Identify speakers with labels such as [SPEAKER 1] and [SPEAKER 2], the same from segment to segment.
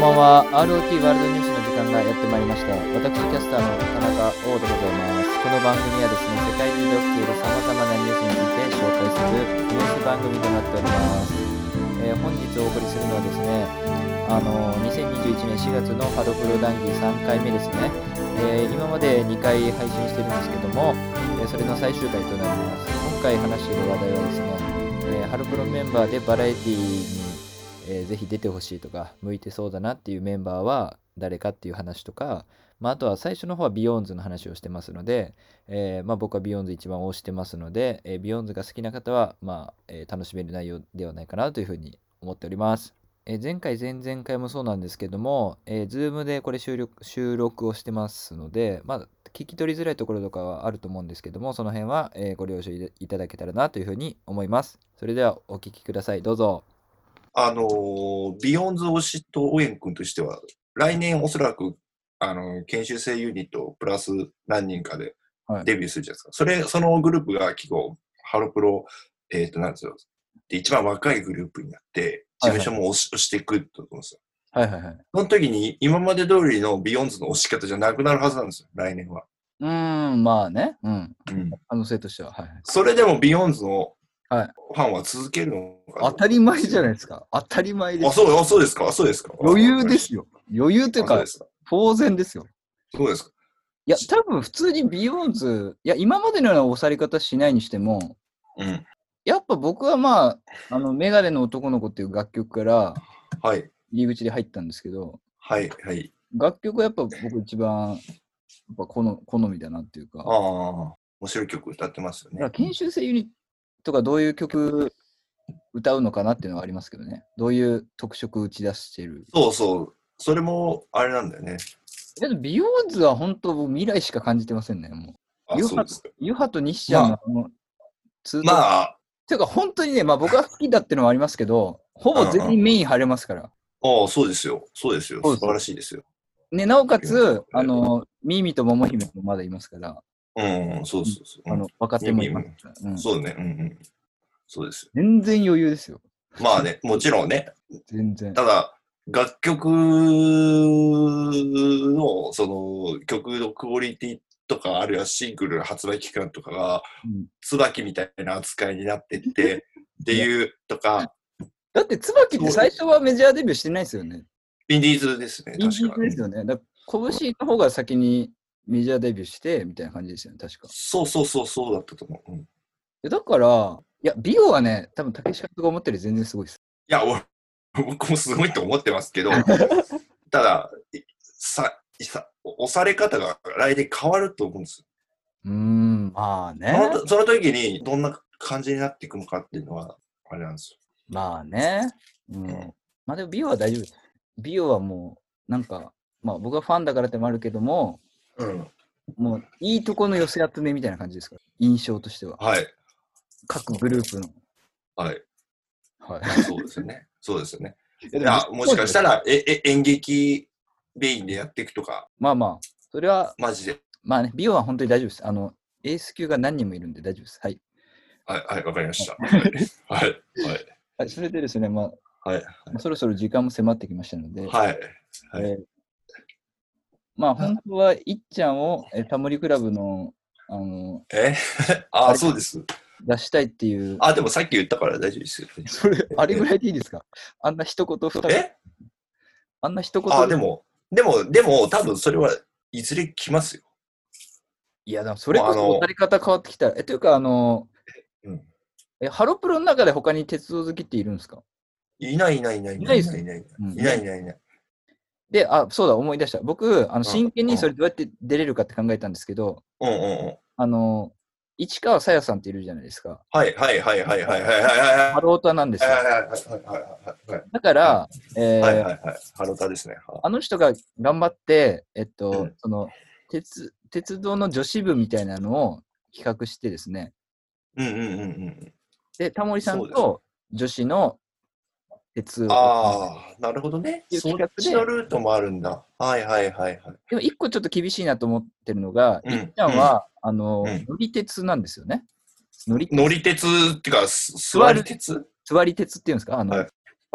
[SPEAKER 1] ばんは。ROT ワールドニュースの時間がやってまいりました。私、キャスターの田中王でございます。この番組はですね、世界中で起きている様々なニュースについて紹介するニュース番組となっております。本日お送りするのはですね、2021年4月のハロプロ談義3回目ですね。今まで2回配信してるんですけども、それの最終回となります。今回話している話題はですね、ハロプロメンバーでバラエティにぜひ出てほしいとか向いてそうだなっていうメンバーは誰かっていう話とか、あとは最初の方はビヨーンズの話をしてますので、僕はビヨーンズ一番推してますので、ビヨーンズが好きな方は、楽しめる内容ではないかなというふうに思っております。前回前々回もそうなんですけども、Zoom でこれ収録をしてますので、聞き取りづらいところとかはあると思うんですけども、その辺はご了承いただけたらなというふうに思います。それではお聞きください。どうぞ。
[SPEAKER 2] ビヨンズ推しとオエン君としては、来年おそらく、研修生ユニットプラス何人かでデビューするじゃないですか。そのグループが結構、ハロプロ、なんですよ。で、一番若いグループになって、事務所も押していくと思うんですよ。その時に、今まで通りのビヨンズの推し方じゃなくなるはずなんですよ、来年は。
[SPEAKER 1] まあね。可能性としては。
[SPEAKER 2] それでもビヨンズのファンは続けるのか、
[SPEAKER 1] 当たり前じゃないですか。当たり前です。
[SPEAKER 2] そうですか。
[SPEAKER 1] 余裕ですよ。余裕というか、当然ですよ。
[SPEAKER 2] そうですか。
[SPEAKER 1] いや、多分普通にビヨンズ、今までのような押され方しないにしても、やっぱ僕はメガネの男の子っていう楽曲から、入り口で入ったんですけど、楽曲はやっぱ僕一番、やっぱ好みだなっていうか。
[SPEAKER 2] 面白い曲歌ってますよね。
[SPEAKER 1] 研修生ユニットがどういう曲歌うのかなっていうのはありますけどね。どういう特色打ち出してる。
[SPEAKER 2] そう。それもあれなんだよね。
[SPEAKER 1] ビヨーンズは本当未来しか感じてませんね。もうユハと西ちゃんのツートン。ていうか本当にね、僕は好きだっていうのはありますけど、ほぼ全員メイン張れますから。
[SPEAKER 2] そうですよ。素晴らしいですよ。
[SPEAKER 1] ね、なおかつ、ミミと桃姫もまだいますから。
[SPEAKER 2] そう。
[SPEAKER 1] 若手もいますから。
[SPEAKER 2] そうね。そうですよ。
[SPEAKER 1] 全然余裕ですよ。
[SPEAKER 2] まあね、もちろんね。
[SPEAKER 1] 全然。
[SPEAKER 2] ただ、楽曲の、曲のクオリティとか、あるいはシングル発売期間とかが、椿みたいな扱いになってって、っていうとか。
[SPEAKER 1] だって椿って最初はメジャーデビューしてないですよね。
[SPEAKER 2] インディーズですね、確か。
[SPEAKER 1] インディーズですよね。だから拳の方が先にメジャーデビューして、みたいな感じですよね、確か。
[SPEAKER 2] そうだったと思
[SPEAKER 1] う。だから、ビオはね、多分竹下とか思ったより全然すごいです。
[SPEAKER 2] いや、僕もすごいと思ってますけど、ただ、押され方が来年変わると思うんですよ。
[SPEAKER 1] まあね。
[SPEAKER 2] その時にどんな感じになっていくのかっていうのは、あれなんですよ。
[SPEAKER 1] まあね。でもビオは大丈夫です。ビオはもう、僕はファンだからってもあるけども、もういいとこの寄せ集めみたいな感じですから、印象としては。各グループの。
[SPEAKER 2] そうですよね。もしかしたら演劇メインでやっていくとか。
[SPEAKER 1] それは、
[SPEAKER 2] マジで。
[SPEAKER 1] ビオは本当に大丈夫です。エース級が何人もいるんで大丈夫です。はい、
[SPEAKER 2] わかりました。
[SPEAKER 1] それでですね、そろそろ時間も迫ってきましたので、本当はいっちゃんをタモリクラブの、
[SPEAKER 2] そうです。
[SPEAKER 1] 出したいっていう。
[SPEAKER 2] でもさっき言ったから大丈夫ですよ。
[SPEAKER 1] それ、あれぐらいでいいですか？あんな一言二言。あんな一言。
[SPEAKER 2] でも、多分それはいずれ来ますよ。
[SPEAKER 1] いや、でもそれこそ渡り方変わってきたら、というか、ハロプロの中で他に鉄道好きっているんですか？
[SPEAKER 2] いない。
[SPEAKER 1] で、そうだ、思い出した。僕、真剣にそれどうやって出れるかって考えたんですけど、市川さやさんっているじゃないですか。ハロータなんですよ。だから、
[SPEAKER 2] ハロータですね。
[SPEAKER 1] あの人が頑張って、その鉄道の女子部みたいなのを企画してですね。で、タモリさんと女子の鉄
[SPEAKER 2] なるほどね。そっちのルートもあるんだ。
[SPEAKER 1] でも一個ちょっと厳しいなと思ってるのが、いっちゃんは、乗り鉄なんですよね。
[SPEAKER 2] 乗り鉄っていうか、座り鉄
[SPEAKER 1] 座り鉄っていうんですか？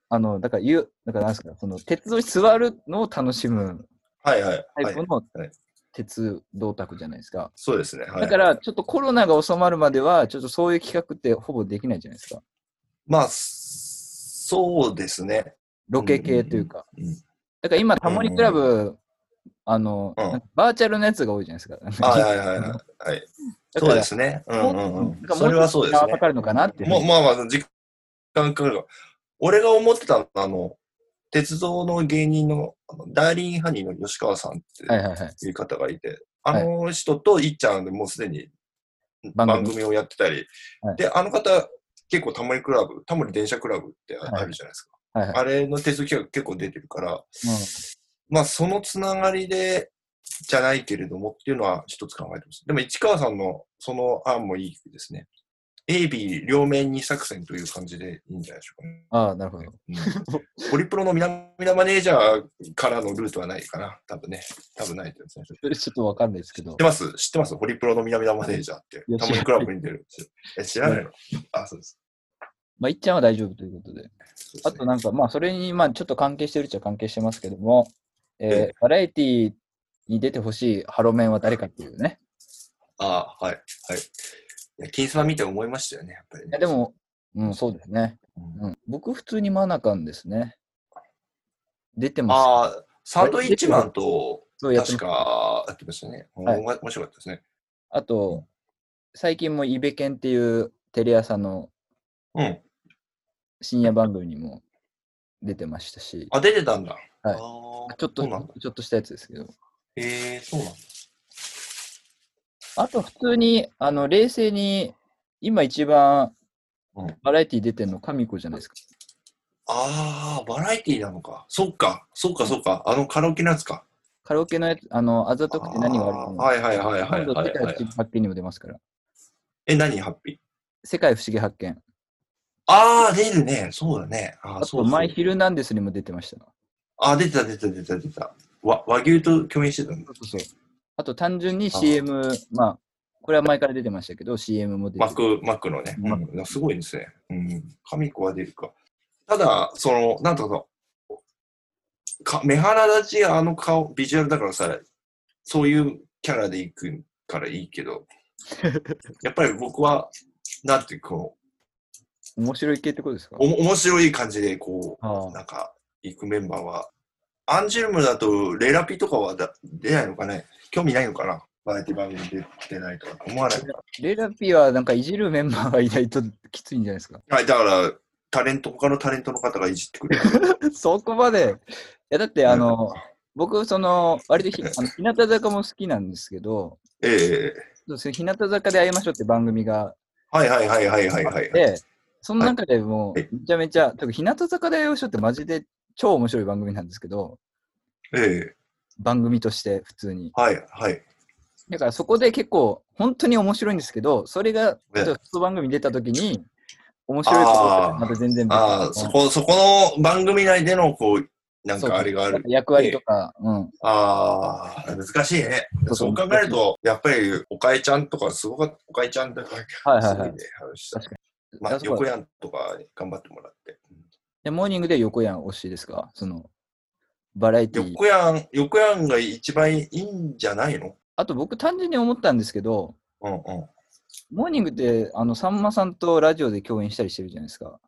[SPEAKER 1] だからなんですか、その鉄道に座るのを楽しむ
[SPEAKER 2] はいはい。
[SPEAKER 1] タイプの
[SPEAKER 2] はい。
[SPEAKER 1] 鉄道宅じゃないですか。
[SPEAKER 2] そうですね。はい。
[SPEAKER 1] だから、ちょっとコロナが収まるまでは、ちょっとそういう企画ってほぼできないじゃないですか。
[SPEAKER 2] まあ、そうですね。
[SPEAKER 1] ロケ系というか。
[SPEAKER 2] うん。
[SPEAKER 1] だから今、タモリクラブ、
[SPEAKER 2] うん。
[SPEAKER 1] バーチャルのやつが多いじゃないですか。
[SPEAKER 2] はいはいはいはい。はい。
[SPEAKER 1] だから、
[SPEAKER 2] そうですね。うん
[SPEAKER 1] も
[SPEAKER 2] うんうん。
[SPEAKER 1] う、
[SPEAKER 2] それはそうですね。
[SPEAKER 1] かかるのかなっていうふうに。
[SPEAKER 2] まあまあ、時間かかる。俺が思ってたのは、鉄道の芸人のダーリンハニーの吉川さんっていう方がいて、あの人といっちゃんでもうすでに番組をやってたり、で、あの方、結構タモリクラブ、タモリ電車クラブってあるじゃないですか。あれの鉄道企画結構出てるから、まあそのつながりで、じゃないけれどもっていうのは一つ考えてます。でも市川さんのその案もいいですね。A、B 両面に作戦という感じでいいんじゃないでしょうかね。
[SPEAKER 1] ああ、なるほど。
[SPEAKER 2] ホリプロの南田マネージャーからのルートはないかな。多分ないですね。
[SPEAKER 1] それちょっとわかんないですけど。
[SPEAKER 2] 知ってますホリプロの南田マネージャーって。タモリクラブに出るんですよ。知らないのあ、そうです。
[SPEAKER 1] まあ、いっちゃんは大丈夫ということで。あとなんか、まあ、それに、まあ、ちょっと関係してるっちゃ関係してますけども、バラエティに出てほしいハロメンは誰かっていうね。
[SPEAKER 2] ああ、はい。はい。金スマ見て思いましたよね、やっぱりね。
[SPEAKER 1] でも、そうですね。僕、普通にマナカンですね。出てます。
[SPEAKER 2] ああ、サンドイッチマンと、確かやってましたね。面白かったですね。
[SPEAKER 1] あと、最近もイベケンっていうテレ朝の深夜番組にも出てましたし。
[SPEAKER 2] あ、出てたんだ。
[SPEAKER 1] はい。ちょっとしたやつですけど。
[SPEAKER 2] そうなんだ。
[SPEAKER 1] あと、普通に、冷静に、今一番、バラエティ出てるの、神子じゃないですか。
[SPEAKER 2] ああ、バラエティなのか。そっか。カラオケのやつか。
[SPEAKER 1] カラオケのやつ、あざとくて何が悪いの
[SPEAKER 2] はい。
[SPEAKER 1] 今度、世界不思議発見にも出ますから。
[SPEAKER 2] 何ハッピー
[SPEAKER 1] 世界不思議発見。
[SPEAKER 2] ああ、出るね。そうだね。
[SPEAKER 1] あと、マイヒルナンデスにも出てました。
[SPEAKER 2] あ、出た。和牛と共演してたんだ。
[SPEAKER 1] そう。あと、単純に CM、まあ、これは前から出てましたけど、CM も出て
[SPEAKER 2] マックのね。すごいですね。神子は出るか。ただ、なんとか、目鼻立ちが顔、ビジュアルだからさ、そういうキャラで行くからいいけど、やっぱり僕は、なんていうか、
[SPEAKER 1] 面白い系ってことですか？
[SPEAKER 2] 面白い感じで、なんか、行くメンバーは、アンジュルムだと、レラピとかは出ないのかね？興味ないのかな？バラエティ番組で出ないとか思わない。
[SPEAKER 1] レラピはなんかいじるメンバーがいないときついんじゃないですか？
[SPEAKER 2] はい、だから、他のタレントの方がいじってくれる。
[SPEAKER 1] そこまで。いや、だって、僕、割と日向坂も好きなんですけど、日向坂で会いましょうって番組が
[SPEAKER 2] はい。
[SPEAKER 1] で、その中でも、めちゃめちゃ、日向坂で会いましょうってマジで超面白い番組なんですけど、番組として普通に。
[SPEAKER 2] はい。
[SPEAKER 1] だからそこで結構、本当に面白いんですけど、それが、一番組に出たときに、面白いことがまた全然別
[SPEAKER 2] に。そこの番組内での、なんかあれがある。
[SPEAKER 1] 役割とか、
[SPEAKER 2] 難しいね。そう考えると、やっぱり、おかえちゃんとか、すごかった。おかえちゃんとか、すごいね、確かに。まあ、横やんとか頑張ってもらって。
[SPEAKER 1] で、モーニングで横やん推しですか？バラエティ。
[SPEAKER 2] 横やんが一番いいんじゃないの？
[SPEAKER 1] あと僕単純に思ったんですけど、モーニングってさんまさんとラジオで共演したりしてるじゃないですか。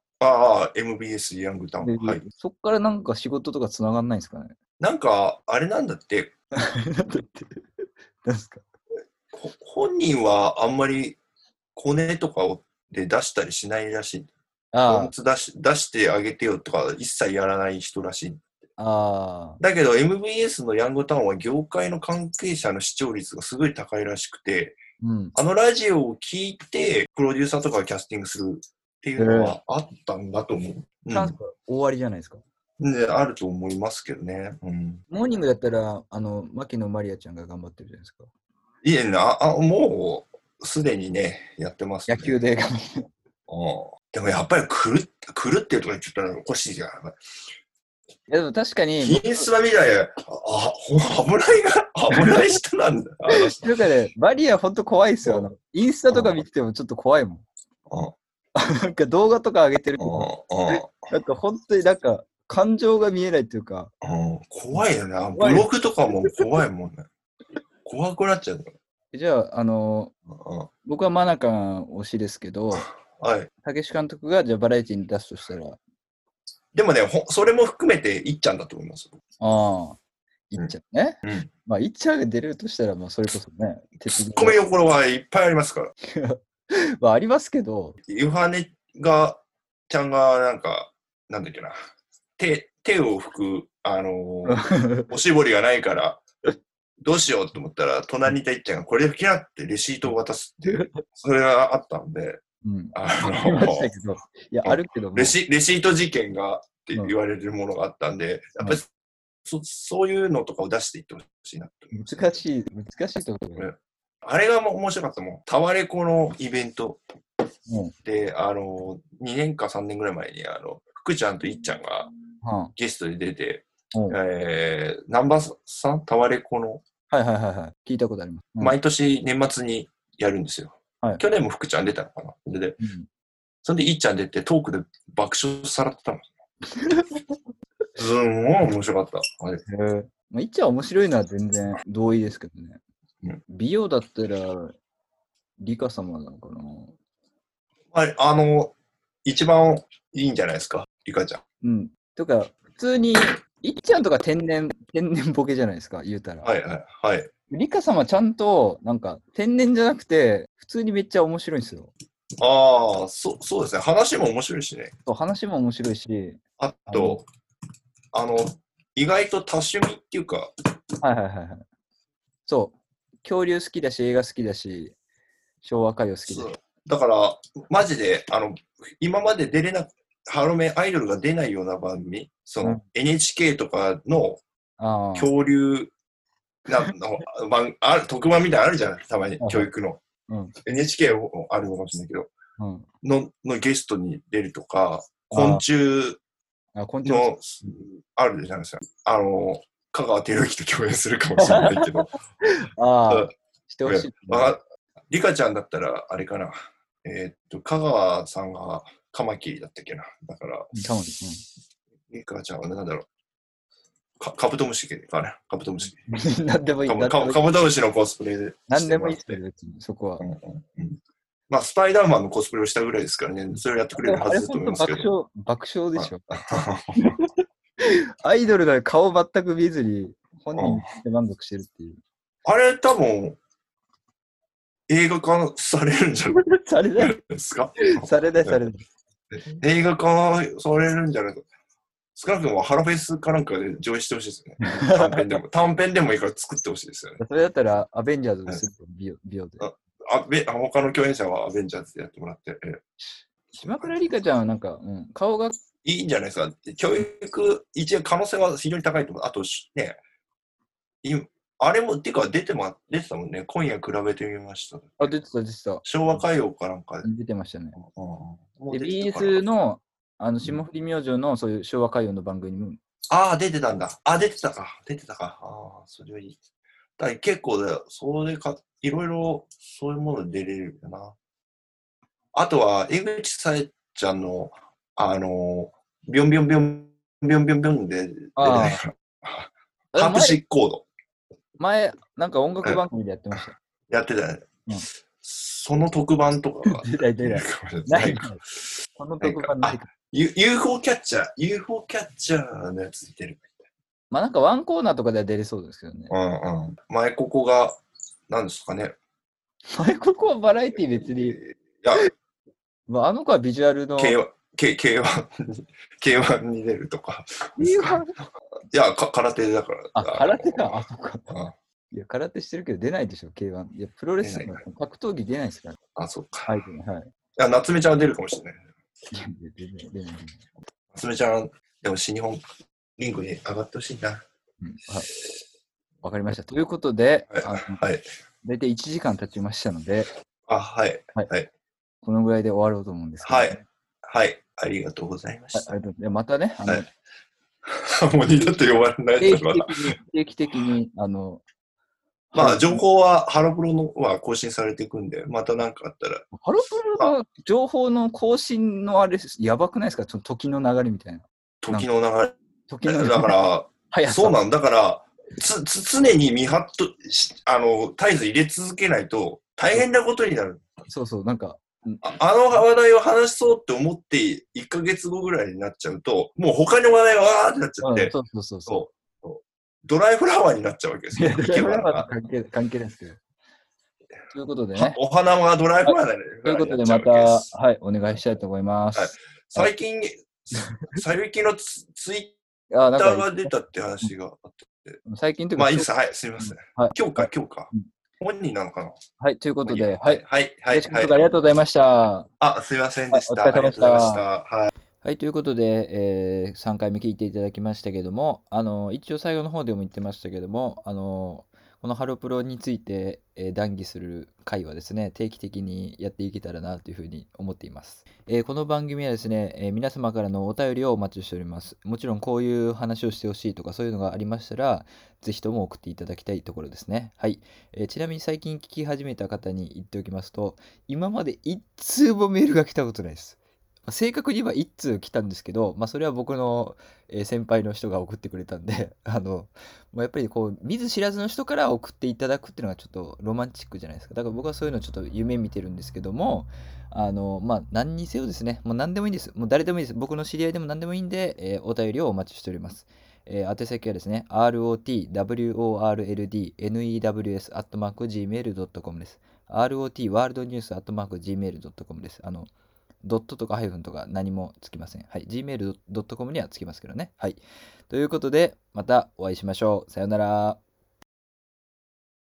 [SPEAKER 2] MBS ヤングタウン。はい。
[SPEAKER 1] そっからなんか仕事とかつながんないんですかね？
[SPEAKER 2] なんか、あれなんだって。
[SPEAKER 1] 何ですか？
[SPEAKER 2] 本人はあんまりコネとかで出したりしないらしい。出してあげてよとか一切やらない人らしい。だけど MBS のヤングタウンは業界の関係者の視聴率がすごい高いらしくて、ラジオを聞いてプロデューサーとかキャスティングするっていうのはあったんだと思う。
[SPEAKER 1] 終わりじゃないですか。
[SPEAKER 2] あると思いますけどね。
[SPEAKER 1] モーニングだったら牧野まりあちゃんが頑張ってるじゃないですか。
[SPEAKER 2] いえな、もうすでにねやってますね。
[SPEAKER 1] 野球で頑張ってる。
[SPEAKER 2] でもやっぱり狂ってるとか言っちゃったらおかしいじゃん。
[SPEAKER 1] いやでも確かに。
[SPEAKER 2] 金スマみたいな、危ない人なんだ。
[SPEAKER 1] というかね、マリアほんと怖いですよ。インスタとか見ててもちょっと怖いもん。なんか動画とか上げてるけど、 なんか本当になんか感情が見えないっていうか。
[SPEAKER 2] 怖いよね。ブログとかも怖いもんね。怖くなっちゃう。
[SPEAKER 1] じゃあ、僕はマナカン推しですけど、
[SPEAKER 2] はい。
[SPEAKER 1] たけし監督がじゃあバラエティに出すとしたら。
[SPEAKER 2] でもね、それも含めていっちゃんだと思います。
[SPEAKER 1] ああ、いっちゃんね。まあ、いっちゃんが出るとしたら、まあ、それこそね、
[SPEAKER 2] ツッコミどころはいっぱいありますから。
[SPEAKER 1] まあ、ありますけど。
[SPEAKER 2] ゆはねちゃんが、なんだっけな、手を拭く、おしぼりがないから、どうしようと思ったら、隣にいたいっちゃんがこれで拭きなってレシートを渡すっていう、それがあったんで、
[SPEAKER 1] あるけども
[SPEAKER 2] レシート事件がって言われるものがあったんで、やっぱりそういうのとかを出していってほしいなって。
[SPEAKER 1] 難しいところ。
[SPEAKER 2] あれがもう面白かったもん。タワレコのイベントで、2年か3年ぐらい前に、福ちゃんといっちゃんがゲストで出て、南波さんタワレコの。
[SPEAKER 1] 聞いたことあります。
[SPEAKER 2] 毎年年末にやるんですよ。去年も福ちゃん出たのかな。で、そんでいっちゃん出てトークで爆笑されてたの。すんごい面白かった。
[SPEAKER 1] いっちゃん面白いのは全然同意ですけどね。美容だったら、リカ様なのか
[SPEAKER 2] な。一番いいんじゃないですか、リカちゃ
[SPEAKER 1] ん。とか、普通に、いっちゃんとか天然ボケじゃないですか、言うたら。リカ様ちゃんと、なんか、天然じゃなくて、普通にめっちゃ面白いんですよ。
[SPEAKER 2] ああ、そうですね。話も面白いしね。
[SPEAKER 1] 話も面白いし。
[SPEAKER 2] あと、意外と多趣味っていうか。
[SPEAKER 1] そう。恐竜好きだし、映画好きだし、昭和歌謡好きだし。
[SPEAKER 2] だから、マジで、今まで出れなく、ハロメンアイドルが出ないような番組、NHK とかの恐竜特番みたいなのあるじゃない、たまに、教育の。NHK もあるのかもしれないけど、のゲストに出るとか、昆虫のあるじゃないですか。香川照之と共演するかもしれないけど。
[SPEAKER 1] してほしい。
[SPEAKER 2] リカちゃんだったら、あれかな。香川さんがカマキリだったっけな。だから、リカちゃんはなんだろう。カブトムシかな。カブトムシ。
[SPEAKER 1] なんでもいい。
[SPEAKER 2] カブトムシのコスプレで。
[SPEAKER 1] なんでもいいですよ、別に、そこは。
[SPEAKER 2] まあ、スパイダーマンのコスプレをしたぐらいですからね。それをやってくれるはずだと思いますけど。
[SPEAKER 1] 爆笑でしょ。アイドルが顔全く見ずに、本人で満足してるっていう。
[SPEAKER 2] あれ、多分、映画化されるんじゃないですか。
[SPEAKER 1] されない。
[SPEAKER 2] 映画化されるんじゃないか。少なくともハラフェスかなんかで上映してほしいですね。短編でもいいから作ってほしいですよね。
[SPEAKER 1] それだったらアベンジャーズでする美容で。
[SPEAKER 2] 他の共演者はアベンジャーズでやってもらって。
[SPEAKER 1] 島倉リカちゃんはなんか、顔が
[SPEAKER 2] いいんじゃないですか。教育、一応可能性は非常に高いと思う。あとね、あれも、てか出てたもんね。今夜比べてみました。
[SPEAKER 1] 出てた。
[SPEAKER 2] 昭和歌謡かなんか
[SPEAKER 1] で。出てましたね。で、BS の、霜降り明星のそういう昭和歌謡の番組にも。
[SPEAKER 2] 出てたんだ。出てたか。それはいい。だから結構だよ。いろいろそういうもので出れるよな。あとは、江口さえちゃんの、ビョンビョンビョン、ビョンビョンビョンで出てないから。半年コード。
[SPEAKER 1] 前、なんか音楽番組でやってました。
[SPEAKER 2] やってたね。その特番とかが。
[SPEAKER 1] 出ないか。その特番ないか。
[SPEAKER 2] UFO キャッチャーのやつ出てる。
[SPEAKER 1] まあなんかワンコーナーとかでは出れそうですけどね。
[SPEAKER 2] 前ここが、何ですかね。
[SPEAKER 1] 前ここはバラエティ別に。いや、まあの子はビジュアルの。
[SPEAKER 2] K1 に出るとか。いや、空手だから。
[SPEAKER 1] 空手か。そっか。いや、空手してるけど出ないでしょ、K1。いや、プロレスの格闘技出ないですから。
[SPEAKER 2] そっか。
[SPEAKER 1] はい。
[SPEAKER 2] いや、夏目ちゃんは出るかもしれない。夏目ちゃん、でも新日本リングに上がってほしいな。
[SPEAKER 1] わかりました。ということで、大体1時間経ちましたので、このぐらいで終わろうと思うんですけど。
[SPEAKER 2] はい。ありがとうございました。
[SPEAKER 1] またね、
[SPEAKER 2] もう二度と呼ばれない
[SPEAKER 1] 定期的に、
[SPEAKER 2] まあ、情報は、ハロプロのは更新されていくんで、また何かあったら。
[SPEAKER 1] ハロプロの情報の更新のあれ、やばくないですか？時の流れみたいな。
[SPEAKER 2] 時の流れ。
[SPEAKER 1] 時の流れ。
[SPEAKER 2] だから、そうなんだから、常に見張っと、絶えず入れ続けないと大変なことになる。
[SPEAKER 1] そうそう、なんか。
[SPEAKER 2] あの話題を話そうって思って1ヶ月後ぐらいになっちゃうと、もう他の話題がわーってなっちゃって、そうドライフラワーになっちゃうわけですよ。
[SPEAKER 1] ドライフラワーと関係ないですけど。ということでね。
[SPEAKER 2] お花がドライフラワー
[SPEAKER 1] ということで、また、はい、お願いしたいと思います。はい、
[SPEAKER 2] 最近のツイッターが出たって話があって。
[SPEAKER 1] 最近という
[SPEAKER 2] か、まあいいです。はい、すみません。今日か。本人なのかな。
[SPEAKER 1] はい、ということで、はい。
[SPEAKER 2] あり
[SPEAKER 1] がとうございました。
[SPEAKER 2] すみませんでした。
[SPEAKER 1] お疲れ様でした。
[SPEAKER 2] はい、
[SPEAKER 1] ということで、3回目聞いていただきましたけども、一応最後の方でも言ってましたけども、このハロプロについて、談義する回はですね、定期的にやっていけたらなというふうに思っています。この番組はですね、皆様からのお便りをお待ちしております。もちろんこういう話をしてほしいとかそういうのがありましたら、ぜひとも送っていただきたいところですね。はい。ちなみに最近聞き始めた方に言っておきますと、今まで一通もメールが来たことないです。正確には1通来たんですけど、それは僕の先輩の人が送ってくれたんで、やっぱりこう、見ず知らずの人から送っていただくっていうのがちょっとロマンチックじゃないですか。だから僕はそういうのちょっと夢見てるんですけども、何にせよですね、もう何でもいいんです。もう誰でもいいです。僕の知り合いでも何でもいいんで、お便りをお待ちしております。宛先はですね、rotworldnews@gmail.com です。rotworldnews@gmail.com です。ドットとかハイフンとか何もつきません。はい。gmail.com にはつきますけどね。はい。ということで、またお会いしましょう。さよなら。